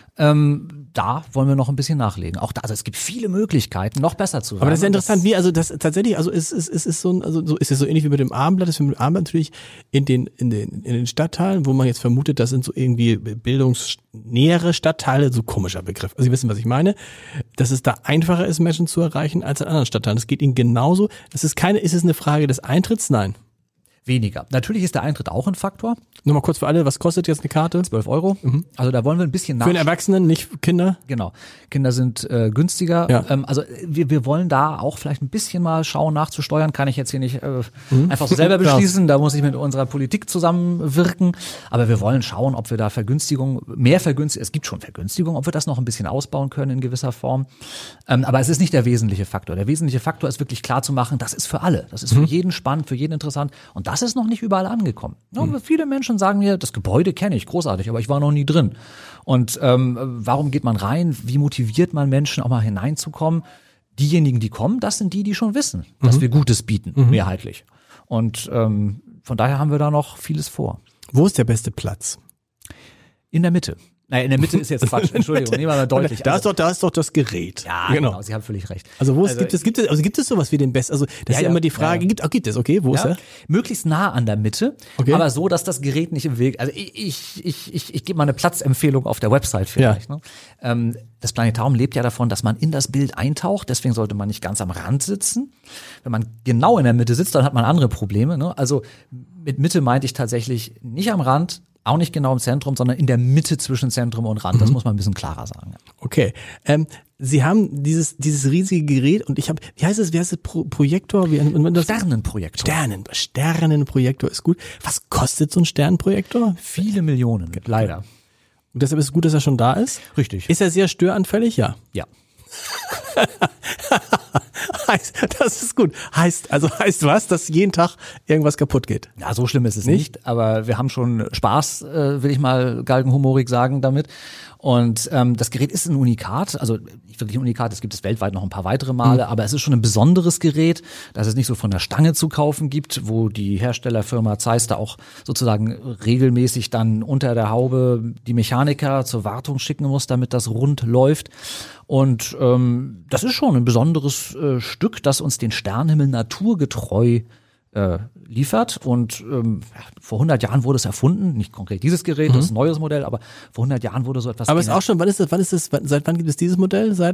Da wollen wir noch ein bisschen nachlegen. Auch da, also es gibt viele Möglichkeiten, noch besser zu werden. Aber das ist ja interessant, wie, also das tatsächlich, also es ist so ein, also so ist es so ähnlich wie mit dem Abendblatt, das ist mit dem Abendblatt natürlich in den Stadtteilen, wo man jetzt vermutet, das sind so irgendwie bildungsnähere Stadtteile, so komischer Begriff. Also Sie wissen, was ich meine, dass es da einfacher ist, Menschen zu erreichen als in anderen Stadtteilen. Das geht Ihnen genauso. Ist es eine Frage des Eintritts? Nein. Weniger. Natürlich ist der Eintritt auch ein Faktor. Nur mal kurz für alle, was kostet jetzt eine Karte? 12 €. Also da wollen wir ein bisschen Für einen Erwachsenen, nicht Kinder? Genau. Kinder sind günstiger. Ja. Also wir wollen da auch vielleicht ein bisschen mal schauen, nachzusteuern. Kann ich jetzt hier nicht einfach so selber beschließen. Da muss ich mit unserer Politik zusammenwirken. Aber wir wollen schauen, ob wir da mehr Vergünstigungen, es gibt schon Vergünstigungen, ob wir das noch ein bisschen ausbauen können in gewisser Form. Aber es ist nicht der wesentliche Faktor. Der wesentliche Faktor ist wirklich klar zu machen, das ist für alle. Das ist für jeden spannend, für jeden interessant. Und das ist noch nicht überall angekommen. Ja, viele Menschen sagen mir, das Gebäude kenne ich, großartig, aber ich war noch nie drin. Und warum geht man rein? Wie motiviert man Menschen, auch mal hineinzukommen? Diejenigen, die kommen, das sind die schon wissen, dass wir Gutes bieten, mehrheitlich. Und von daher haben wir da noch vieles vor. Wo ist der beste Platz? In der Mitte. Naja, in der Mitte ist jetzt Quatsch, Entschuldigung, nehmen wir mal deutlich. Da ist doch das Gerät. Ja, genau, Sie haben völlig recht. Also gibt es sowas wie den besten? Also das ist ja immer die Frage. Ja. Gibt es? Okay, wo ist er? Möglichst nah an der Mitte, Okay. aber so, dass das Gerät nicht im Weg. Also ich gebe mal eine Platzempfehlung auf der Website vielleicht. Ja. Ne? Das Planetarium lebt ja davon, dass man in das Bild eintaucht. Deswegen sollte man nicht ganz am Rand sitzen. Wenn man genau in der Mitte sitzt, dann hat man andere Probleme. Ne? Also mit Mitte meinte ich tatsächlich nicht am Rand, auch nicht genau im Zentrum, sondern in der Mitte zwischen Zentrum und Rand. Das muss man ein bisschen klarer sagen. Okay. Sie haben dieses riesige Gerät und wie heißt es, Projektor? Sternenprojektor. Sternenprojektor ist gut. Was kostet so ein Sternenprojektor? Viele Millionen, leider. Und deshalb ist es gut, dass er schon da ist? Richtig. Ist er sehr störanfällig? Ja. Ja. Das ist gut. Heißt was, dass jeden Tag irgendwas kaputt geht? Ja, so schlimm ist es nicht, aber wir haben schon Spaß, will ich mal galgenhumorig sagen damit. Und das Gerät ist ein Unikat, also nicht wirklich ein Unikat, es gibt es weltweit noch ein paar weitere Male, aber es ist schon ein besonderes Gerät, das es nicht so von der Stange zu kaufen gibt, wo die Herstellerfirma Zeiss da auch sozusagen regelmäßig dann unter der Haube die Mechaniker zur Wartung schicken muss, damit das rund läuft. Und das ist schon ein besonderes Stück, das uns den Sternenhimmel naturgetreu liefert. Und vor 100 Jahren wurde es erfunden, nicht konkret dieses Gerät, das ist ein neues Modell, aber vor 100 Jahren wurde so etwas. Aber es ist auch schon, seit wann gibt es dieses Modell? Seit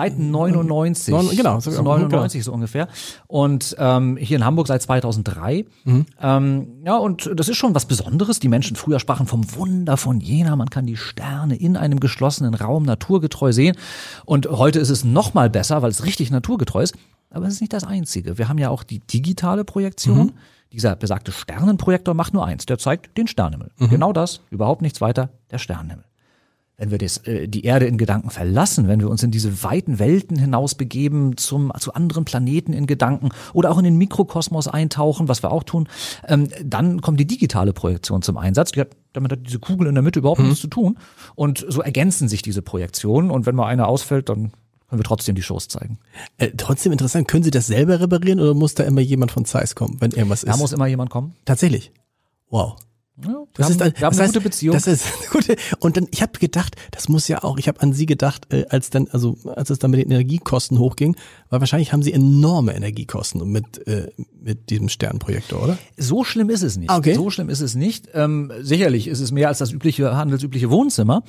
99. Genau, so 99 so ungefähr. Und hier in Hamburg seit 2003. Ja, und das ist schon was Besonderes. Die Menschen früher sprachen vom Wunder von Jena. Man kann die Sterne in einem geschlossenen Raum naturgetreu sehen. Und heute ist es noch mal besser, weil es richtig naturgetreu ist. Aber es ist nicht das Einzige. Wir haben ja auch die digitale Projektion. Dieser besagte Sternenprojektor macht nur eins. Der zeigt den Sternenhimmel. Genau das, überhaupt nichts weiter, der Sternenhimmel. Wenn wir die Erde in Gedanken verlassen, wenn wir uns in diese weiten Welten hinaus begeben, zu anderen Planeten in Gedanken oder auch in den Mikrokosmos eintauchen, was wir auch tun, dann kommt die digitale Projektion zum Einsatz. Damit hat diese Kugel in der Mitte überhaupt nichts zu tun. Und so ergänzen sich diese Projektionen. Und wenn mal eine ausfällt, dann können wir trotzdem die Shows zeigen. Trotzdem interessant. Können Sie das selber reparieren oder muss da immer jemand von Zeiss kommen, wenn irgendwas ist? Da muss immer jemand kommen. Tatsächlich? Wow. Ja, wir haben eine gute Beziehung. Das ist eine gute. Und dann, ich habe gedacht, das muss ja auch, ich habe an Sie gedacht, als es dann mit den Energiekosten hochging, weil wahrscheinlich haben Sie enorme Energiekosten mit diesem Sternenprojektor, oder? So schlimm ist es nicht. Okay. So schlimm ist es nicht. Sicherlich ist es mehr als das handelsübliche Wohnzimmer.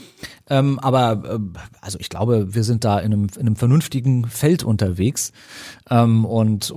Also ich glaube, wir sind da in einem vernünftigen Feld unterwegs und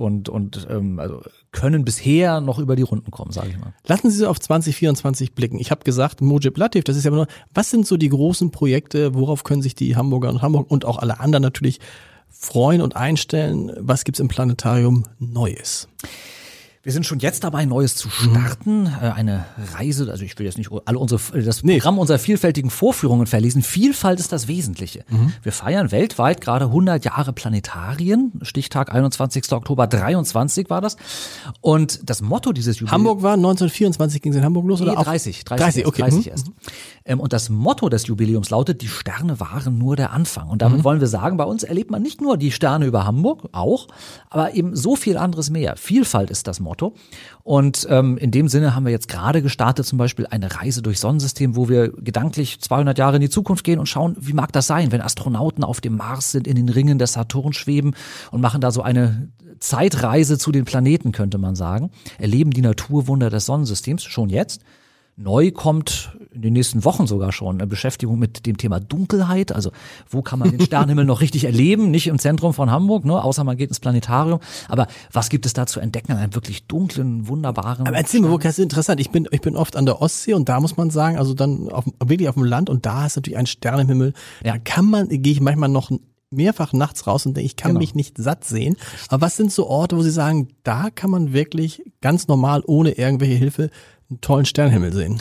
können bisher noch über die Runden kommen, sage ich mal. Lassen Sie so auf 2024 blicken. Ich habe gesagt, Mujib Latif, das ist ja aber nur, was sind so die großen Projekte, worauf können sich die Hamburger und Hamburg und auch alle anderen natürlich freuen und einstellen? Was gibt's im Planetarium Neues? Wir sind schon jetzt dabei, Neues zu starten. Eine Reise, also ich will jetzt nicht das Programm unserer vielfältigen Vorführungen verlesen. Vielfalt ist das Wesentliche. Wir feiern weltweit gerade 100 Jahre Planetarien. Stichtag 21. Oktober 23 war das. Und das Motto dieses Jubiläums... Hamburg war 1924, ging es in Hamburg los? Nee, Oder 30 okay. 30 erst. Und das Motto des Jubiläums lautet, die Sterne waren nur der Anfang. Und damit wollen wir sagen, bei uns erlebt man nicht nur die Sterne über Hamburg, auch, aber eben so viel anderes mehr. Vielfalt ist das Motto. Und in dem Sinne haben wir jetzt gerade gestartet, zum Beispiel eine Reise durchs Sonnensystem, wo wir gedanklich 200 Jahre in die Zukunft gehen und schauen, wie mag das sein, wenn Astronauten auf dem Mars sind, in den Ringen des Saturn schweben und machen da so eine Zeitreise zu den Planeten, könnte man sagen. Erleben die Naturwunder des Sonnensystems schon jetzt. Neu kommt in den nächsten Wochen sogar schon eine Beschäftigung mit dem Thema Dunkelheit. Also wo kann man den Sternenhimmel noch richtig erleben? Nicht im Zentrum von Hamburg, ne? Außer man geht ins Planetarium. Aber was gibt es da zu entdecken an einem wirklich dunklen, wunderbaren... Aber erzähl mir, das ist interessant. Ich bin oft an der Ostsee und da muss man sagen, also dann wirklich auf dem Land und da ist natürlich ein Sternenhimmel. Ja. Da gehe ich manchmal noch mehrfach nachts raus und denke, ich kann mich nicht satt sehen. Aber was sind so Orte, wo Sie sagen, da kann man wirklich ganz normal, ohne irgendwelche Hilfe, einen tollen Sternenhimmel sehen?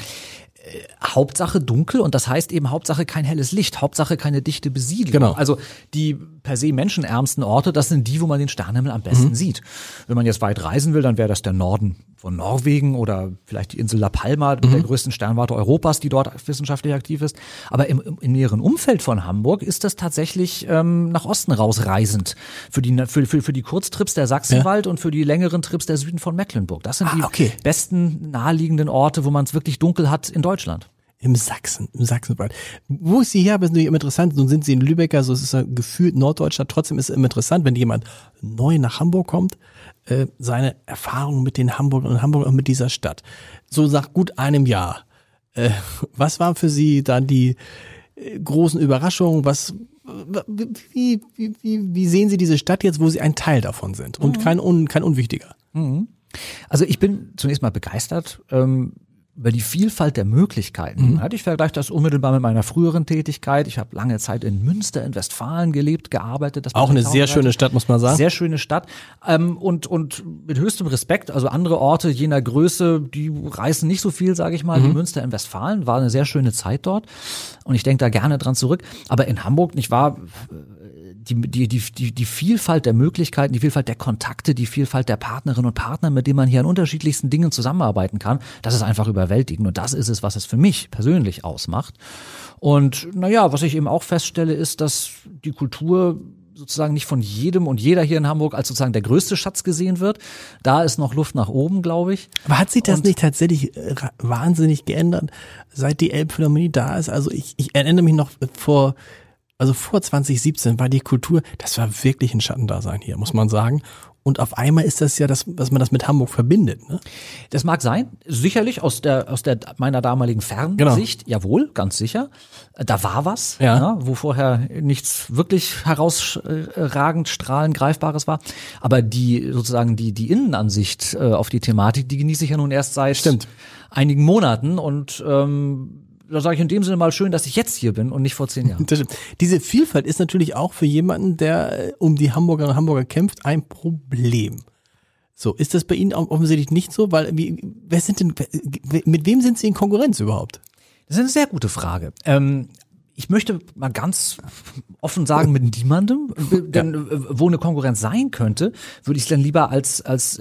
Hauptsache dunkel und das heißt eben Hauptsache kein helles Licht, Hauptsache keine dichte Besiedlung. Genau. Also die per se menschenärmsten Orte, das sind die, wo man den Sternenhimmel am besten sieht. Wenn man jetzt weit reisen will, dann wäre das der Norden von Norwegen oder vielleicht die Insel La Palma, mit der größten Sternwarte Europas, die dort wissenschaftlich aktiv ist. Aber im näheren Umfeld von Hamburg ist das tatsächlich nach Osten rausreisend. Für die Kurztrips der Sachsenwald und für die längeren Trips der Süden von Mecklenburg. Das sind die besten naheliegenden Orte, wo man es wirklich dunkel hat in Deutschland. Im Sachsenwald. Wo ist sie her? Aber ist natürlich immer interessant. Nun sind sie in Lübeck, also es ist ja gefühlt Norddeutschland. Trotzdem ist es immer interessant, wenn jemand neu nach Hamburg kommt, seine Erfahrungen mit den Hamburgern und Hamburg und mit dieser Stadt. So nach gut einem Jahr. Was waren für Sie dann die großen Überraschungen? Wie sehen Sie diese Stadt jetzt, wo Sie ein Teil davon sind und kein unwichtiger? Also ich bin zunächst mal begeistert über die Vielfalt der Möglichkeiten. Ich vergleiche das unmittelbar mit meiner früheren Tätigkeit. Ich habe lange Zeit in Münster in Westfalen gelebt, gearbeitet. Auch eine sehr schöne Stadt, muss man sagen. Sehr schöne Stadt. Und mit höchstem Respekt, also andere Orte jener Größe, die reißen nicht so viel, sage ich mal, wie Münster in Westfalen. War eine sehr schöne Zeit dort. Und ich denke da gerne dran zurück. Aber in Hamburg, nicht wahr, die Vielfalt der Möglichkeiten, die Vielfalt der Kontakte, die Vielfalt der Partnerinnen und Partner, mit denen man hier an unterschiedlichsten Dingen zusammenarbeiten kann, das ist einfach überwältigend. Und das ist es, was es für mich persönlich ausmacht. Und naja, was ich eben auch feststelle, ist, dass die Kultur sozusagen nicht von jedem und jeder hier in Hamburg als sozusagen der größte Schatz gesehen wird. Da ist noch Luft nach oben, glaube ich. Aber hat sich das nicht tatsächlich wahnsinnig geändert, seit die Elbphilharmonie da ist? Also ich erinnere mich noch vor 2017 war die Kultur, das war wirklich ein Schattendasein hier, muss man sagen. Und auf einmal ist das ja das, was man das mit Hamburg verbindet, ne? Das mag sein, sicherlich aus der meiner damaligen Fernsicht, Jawohl, ganz sicher. Da war was, wo vorher nichts wirklich herausragend, strahlend, greifbares war. Aber die Innenansicht auf die Thematik, die genieße ich ja nun erst seit einigen Monaten und da sage ich in dem Sinne mal schön, dass ich jetzt hier bin und nicht vor 10 Jahren. Diese Vielfalt ist natürlich auch für jemanden, der um die Hamburgerinnen und Hamburger kämpft, ein Problem. So, ist das bei Ihnen offensichtlich nicht so? Weil, mit wem sind Sie in Konkurrenz überhaupt? Das ist eine sehr gute Frage. Ich möchte mal ganz offen sagen, mit niemandem, denn wo eine Konkurrenz sein könnte, würde ich es dann lieber als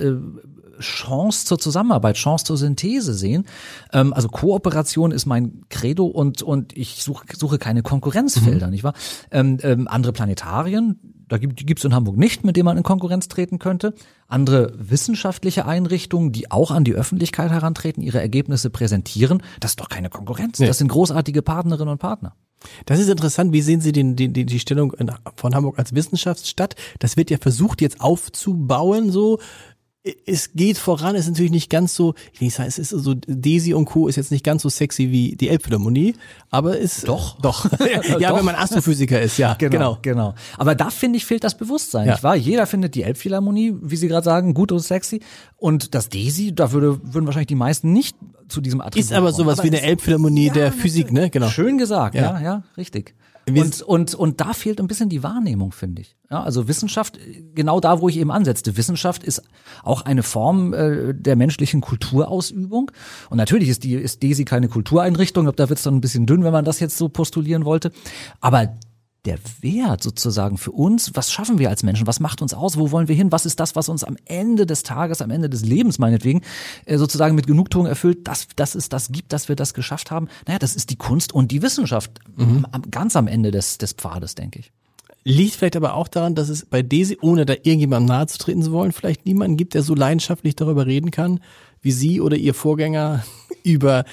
Chance zur Zusammenarbeit, Chance zur Synthese sehen. Also Kooperation ist mein Credo und ich suche keine Konkurrenzfelder, nicht wahr? Andere Planetarien, die gibt's in Hamburg nicht, mit denen man in Konkurrenz treten könnte. Andere wissenschaftliche Einrichtungen, die auch an die Öffentlichkeit herantreten, ihre Ergebnisse präsentieren, das ist doch keine Konkurrenz. Nee. Das sind großartige Partnerinnen und Partner. Das ist interessant. Wie sehen Sie die Stellung von Hamburg als Wissenschaftsstadt? Das wird ja versucht jetzt aufzubauen, so. Es geht voran, ist natürlich nicht ganz so, ich will nicht sagen, es ist so, Desi und Co. ist jetzt nicht ganz so sexy wie die Elbphilharmonie, aber ist... Doch. Ja, doch. Wenn man Astrophysiker ist, ja. Genau. Aber da, finde ich, fehlt das Bewusstsein, nicht wahr? Jeder findet die Elbphilharmonie, wie Sie gerade sagen, gut und sexy. Und das Desi, da würden wahrscheinlich die meisten nicht zu diesem Attribut Ist aber sowas wie eine Elbphilharmonie der Physik, ne? Genau. Schön gesagt, ja, richtig. Und da fehlt ein bisschen die Wahrnehmung, finde ich. Ja, also Wissenschaft, genau da, wo ich eben ansetzte. Wissenschaft ist auch eine Form der menschlichen Kulturausübung. Und natürlich ist DESI keine Kultureinrichtung. Ich glaube, da wird's dann ein bisschen dünn, wenn man das jetzt so postulieren wollte. Aber der Wert sozusagen für uns, was schaffen wir als Menschen, was macht uns aus, wo wollen wir hin, was ist das, was uns am Ende des Tages, am Ende des Lebens meinetwegen, sozusagen mit Genugtuung erfüllt, dass es das gibt, dass wir das geschafft haben. Naja, das ist die Kunst und die Wissenschaft ganz am Ende des Pfades, denke ich. Liegt vielleicht aber auch daran, dass es bei DESI, ohne da irgendjemandem nahe zu treten zu wollen, vielleicht niemanden gibt, der so leidenschaftlich darüber reden kann, wie Sie oder Ihr Vorgänger über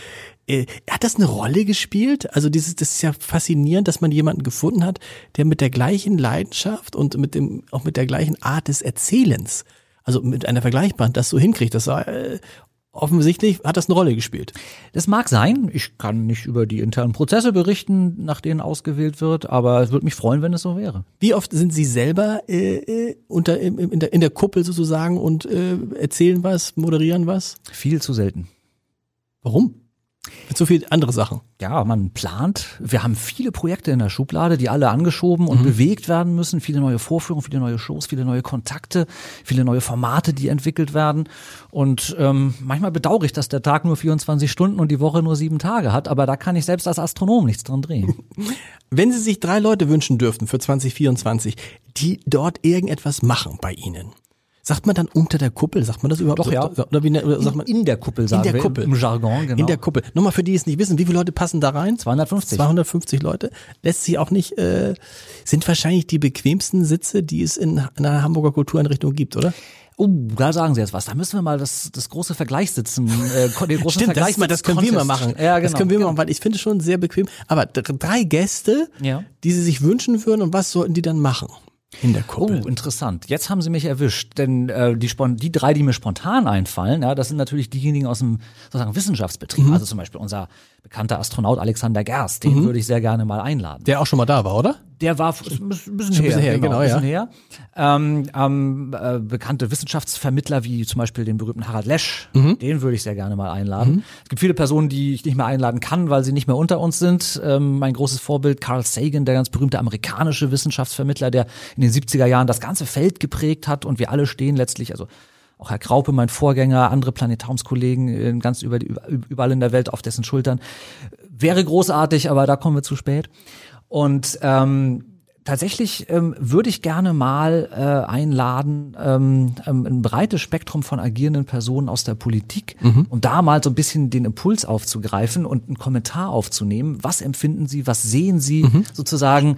hat das eine Rolle gespielt? Also das ist ja faszinierend, dass man jemanden gefunden hat, der mit der gleichen Leidenschaft und auch mit der gleichen Art des Erzählens, also mit einer vergleichbaren, das so hinkriegt. Das war offensichtlich hat das eine Rolle gespielt. Das mag sein. Ich kann nicht über die internen Prozesse berichten, nach denen ausgewählt wird, aber es würde mich freuen, wenn es so wäre. Wie oft sind Sie selber in der Kuppel sozusagen und erzählen was, moderieren was? Viel zu selten. Warum? Mit so viel andere Sachen. Ja, man plant. Wir haben viele Projekte in der Schublade, die alle angeschoben und bewegt werden müssen. Viele neue Vorführungen, viele neue Shows, viele neue Kontakte, viele neue Formate, die entwickelt werden. Und manchmal bedauere ich, dass der Tag nur 24 Stunden und die Woche nur 7 Tage hat. Aber da kann ich selbst als Astronom nichts dran drehen. Wenn Sie sich 3 Leute wünschen dürften für 2024, die dort irgendetwas machen bei Ihnen, sagt man dann unter der Kuppel? Sagt man das überhaupt? Doch, ja. Oder sagt man in der Kuppel, sagen in der wir, Kuppel. im Jargon, genau. In der Kuppel. Nochmal für die, die es nicht wissen, wie viele Leute passen da rein? 250. 250 Leute. Lässt sich auch nicht, sind wahrscheinlich die bequemsten Sitze, die es in einer Hamburger Kultureinrichtung gibt, oder? Oh, da sagen Sie jetzt was. Da müssen wir mal das große Vergleichssitzen, den großen Stimmt, das können wir mal machen. Ja, genau. Das können wir mal machen, weil ich finde es schon sehr bequem. Aber 3 Gäste, die Sie sich wünschen würden und was sollten die dann machen? In der Kuppel. Oh, interessant. Jetzt haben Sie mich erwischt, denn die 3, die mir spontan einfallen, ja, das sind natürlich diejenigen aus dem sozusagen Wissenschaftsbetrieb. Also zum Beispiel unser bekannter Astronaut Alexander Gerst, den würde ich sehr gerne mal einladen. Der auch schon mal da war, oder? Der war ein bisschen her, bekannte Wissenschaftsvermittler wie zum Beispiel den berühmten Harald Lesch, den würde ich sehr gerne mal einladen. Es gibt viele Personen, die ich nicht mehr einladen kann, weil sie nicht mehr unter uns sind. Mein großes Vorbild Carl Sagan, der ganz berühmte amerikanische Wissenschaftsvermittler, der in den 70er Jahren das ganze Feld geprägt hat und wir alle stehen letztlich, also auch Herr Kraupe, mein Vorgänger, andere Planetariumskollegen ganz überall in der Welt auf dessen Schultern. Wäre großartig, aber da kommen wir zu spät. Und tatsächlich würde ich gerne mal einladen, ein breites Spektrum von agierenden Personen aus der Politik, um da mal so ein bisschen den Impuls aufzugreifen und einen Kommentar aufzunehmen. Was empfinden Sie, was sehen Sie sozusagen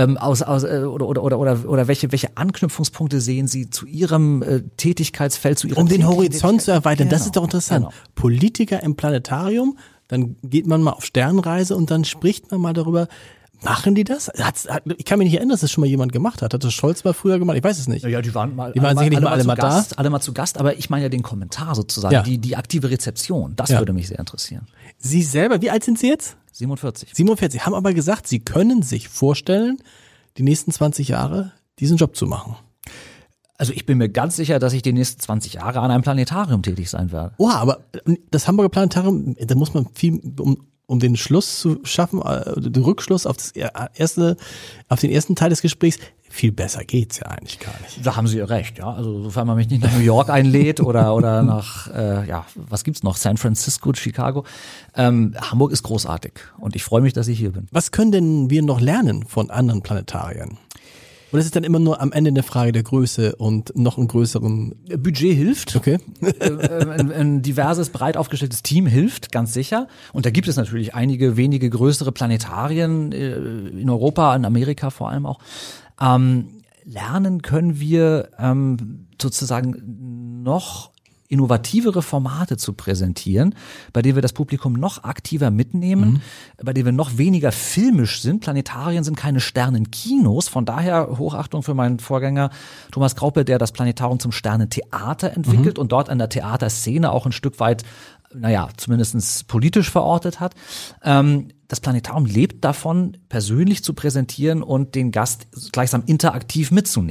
oder welche Anknüpfungspunkte sehen Sie zu Ihrem Tätigkeitsfeld, zu Ihrer Um den Horizont zu erweitern, Genau. das ist doch interessant. Genau. Politiker im Planetarium, dann geht man mal auf Sternreise und dann spricht man mal darüber. Machen die das? Ich kann mich nicht erinnern, dass das schon mal jemand gemacht hat. Hat das Scholz mal früher gemacht? Ich weiß es nicht. Ja, die waren sicherlich mal alle mal da. Alle mal zu Gast, aber ich meine ja den Kommentar sozusagen, Ja. die aktive Rezeption. Das würde mich sehr interessieren. Sie selber, wie alt sind Sie jetzt? 47. 47. Haben aber gesagt, Sie können sich vorstellen, die nächsten 20 Jahre diesen Job zu machen. Also ich bin mir ganz sicher, dass ich die nächsten 20 Jahre an einem Planetarium tätig sein werde. Oha, aber das Hamburger Planetarium, da muss man viel, um den Schluss zu schaffen, den Rückschluss auf auf den ersten Teil des Gesprächs, viel besser geht's ja eigentlich gar nicht. Da haben Sie recht, ja. Also sofern man mich nicht nach New York einlädt oder nach, was gibt's noch? San Francisco, Chicago. Hamburg ist großartig und ich freue mich, dass ich hier bin. Was können denn wir noch lernen von anderen Planetarien? Oder ist es dann immer nur am Ende eine Frage der Größe und noch einen größeren Budget hilft. Okay. Ein diverses, breit aufgestelltes Team hilft, ganz sicher. Und da gibt es natürlich einige wenige größere Planetarien in Europa, in Amerika vor allem auch. Lernen können wir sozusagen noch innovativere Formate zu präsentieren, bei denen wir das Publikum noch aktiver mitnehmen, bei denen wir noch weniger filmisch sind. Planetarien sind keine Sternenkinos, von daher Hochachtung für meinen Vorgänger Thomas Kraupe, der das Planetarium zum Sternentheater entwickelt und dort an der Theaterszene auch ein Stück weit, zumindest politisch verortet hat. Das Planetarium lebt davon, persönlich zu präsentieren und den Gast gleichsam interaktiv mitzunehmen.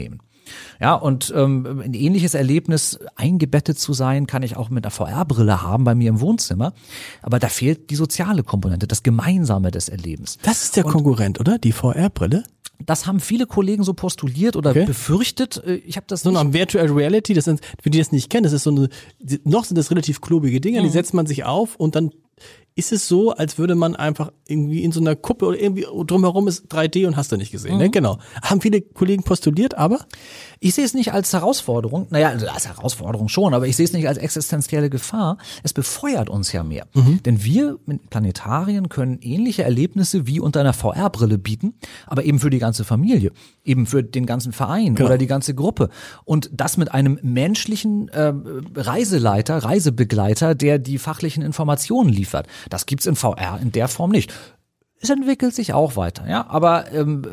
Ja, und ein ähnliches Erlebnis, eingebettet zu sein, kann ich auch mit einer VR-Brille haben bei mir im Wohnzimmer. Aber da fehlt die soziale Komponente, das Gemeinsame des Erlebens. Das ist der Konkurrent, oder? Die VR-Brille? Das haben viele Kollegen so postuliert oder befürchtet. Ich habe das so am Virtual Reality, das sind, für die das nicht kennen, das ist so eine, noch sind das relativ klobige Dinger, die setzt man sich auf und dann ist es so, als würde man einfach irgendwie in so einer Kuppe oder irgendwie drumherum ist 3D und hast du nicht gesehen. Ne? Genau. Haben viele Kollegen postuliert, aber? Ich sehe es nicht als Herausforderung. Naja, als Herausforderung schon, aber ich sehe es nicht als existenzielle Gefahr. Es befeuert uns ja mehr. Denn wir mit Planetarien können ähnliche Erlebnisse wie unter einer VR-Brille bieten, aber eben für die ganze Familie, eben für den ganzen Verein oder die ganze Gruppe. Und das mit einem menschlichen Reisebegleiter, der die fachlichen Informationen liefert. Das gibt's in VR in der Form nicht. Es entwickelt sich auch weiter, ja. Aber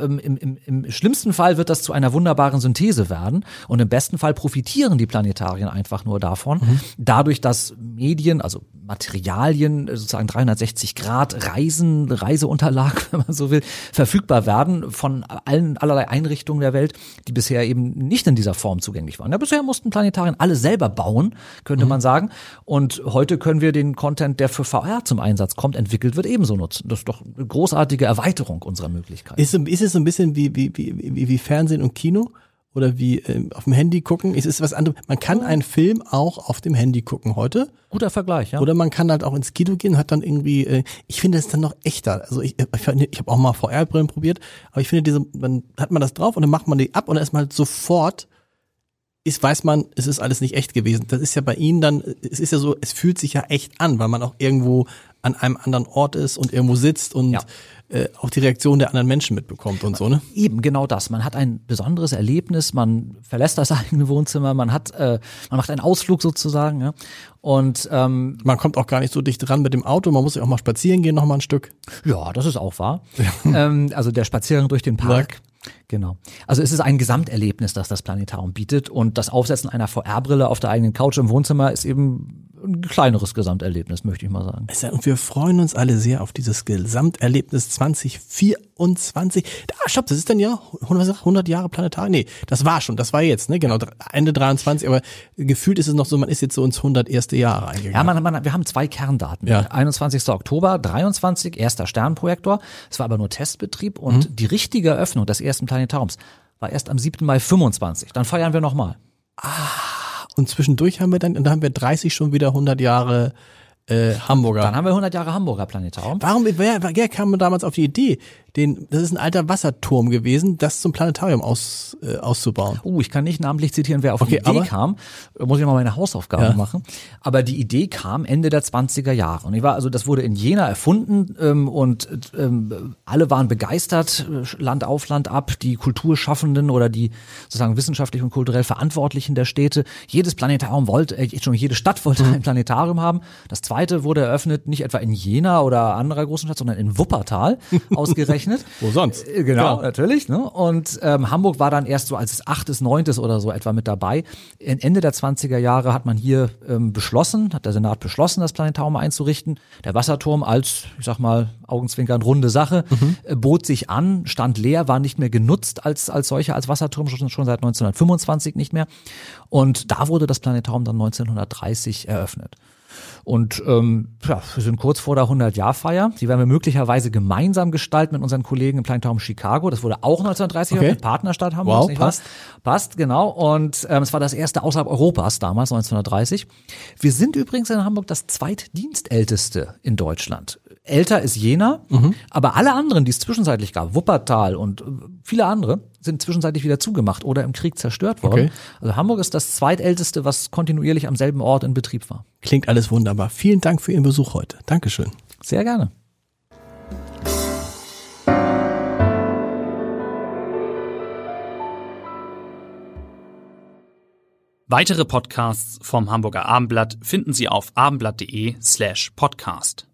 im schlimmsten Fall wird das zu einer wunderbaren Synthese werden und im besten Fall profitieren die Planetarien einfach nur davon, dadurch, dass Medien, also Materialien, sozusagen 360 Grad Reiseunterlagen, wenn man so will, verfügbar werden von allerlei Einrichtungen der Welt, die bisher eben nicht in dieser Form zugänglich waren. Ja, bisher mussten Planetarien alle selber bauen, könnte man sagen. Und heute können wir den Content, der für VR zum Einsatz kommt, entwickelt wird, ebenso nutzen. Das ist doch eine großartige Erweiterung unserer Möglichkeiten. Ist es so ein bisschen wie Fernsehen und Kino? Oder wie auf dem Handy gucken? Es ist was anderes. Man kann einen Film auch auf dem Handy gucken heute. Guter Vergleich, ja. Oder man kann halt auch ins Kino gehen und hat dann irgendwie, ich finde es dann noch echter. Also ich habe auch mal VR-Brillen probiert, aber ich finde dann hat man das drauf und dann macht man die ab und dann ist man halt sofort, weiß man, es ist alles nicht echt gewesen. Das ist ja bei Ihnen dann, es ist ja so, es fühlt sich ja echt an, weil man auch irgendwo an einem anderen Ort ist und irgendwo sitzt und auch die Reaktion der anderen Menschen mitbekommt und so, ne? Eben, genau das. Man hat ein besonderes Erlebnis, man verlässt das eigene Wohnzimmer, man macht einen Ausflug sozusagen, ja. Und man kommt auch gar nicht so dicht dran mit dem Auto, man muss ja auch mal spazieren gehen, noch mal ein Stück. Ja, das ist auch wahr. Also der Spaziergang durch den Park. Genau. Also es ist ein Gesamterlebnis, das das Planetarium bietet und das Aufsetzen einer VR-Brille auf der eigenen Couch im Wohnzimmer ist eben ein kleineres Gesamterlebnis, möchte ich mal sagen. Und wir freuen uns alle sehr auf dieses Gesamterlebnis 2024. Stopp, das ist dann ja 100 Jahre Planetarium. Nee, das war jetzt, ne? Genau, Ende 23, aber gefühlt ist es noch so, man ist jetzt so ins 101. Jahr reingegangen. Ja, wir haben 2 Kerndaten. Ja. 21. Oktober 23, erster Sternprojektor. Es war aber nur Testbetrieb und die richtige Eröffnung des ersten Planetariums war erst am 7. Mai 25. Dann feiern wir nochmal. Und zwischendurch haben wir dann 30 schon wieder 100 Jahre Hamburger. Dann haben wir 100 Jahre Hamburger Planetarium. Wer kam damals auf die Idee, das ist ein alter Wasserturm gewesen, das zum Planetarium auszubauen? Ich kann nicht namentlich zitieren, wer auf die Idee kam. Muss ich mal meine Hausaufgaben machen. Aber die Idee kam Ende der 20er Jahre. Und das wurde in Jena erfunden und alle waren begeistert, Land auf, Land ab, die Kulturschaffenden oder die sozusagen wissenschaftlich und kulturell Verantwortlichen der Städte. Jede Stadt wollte ein Planetarium haben. Das zweite wurde eröffnet, nicht etwa in Jena oder anderer großen Stadt, sondern in Wuppertal ausgerechnet. Wo sonst? Genau, natürlich. Ne? Und Hamburg war dann erst so als 8., 9. oder so etwa mit dabei. Ende der 20er Jahre hat man hier hat der Senat beschlossen, das Planetarium einzurichten. Der Wasserturm als, ich sag mal, Augenzwinkern runde Sache, bot sich an, stand leer, war nicht mehr genutzt als solcher, als Wasserturm, schon seit 1925 nicht mehr. Und da wurde das Planetarium dann 1930 eröffnet. Und wir sind kurz vor der 100-Jahr-Feier. Die werden wir möglicherweise gemeinsam gestalten mit unseren Kollegen im Planetarium Chicago. Das wurde auch 1930 mit Partnerstadt Hamburg. Wow, passt, genau. Und es war das erste außerhalb Europas damals, 1930. Wir sind übrigens in Hamburg das zweitdienstälteste in Deutschland. Älter ist Jena, aber alle anderen, die es zwischenzeitlich gab, Wuppertal und viele andere, sind zwischenzeitlich wieder zugemacht oder im Krieg zerstört worden. Okay. Also Hamburg ist das zweitälteste, was kontinuierlich am selben Ort in Betrieb war. Klingt alles wunderbar. Vielen Dank für Ihren Besuch heute. Dankeschön. Sehr gerne. Weitere Podcasts vom Hamburger Abendblatt finden Sie auf abendblatt.de/podcast.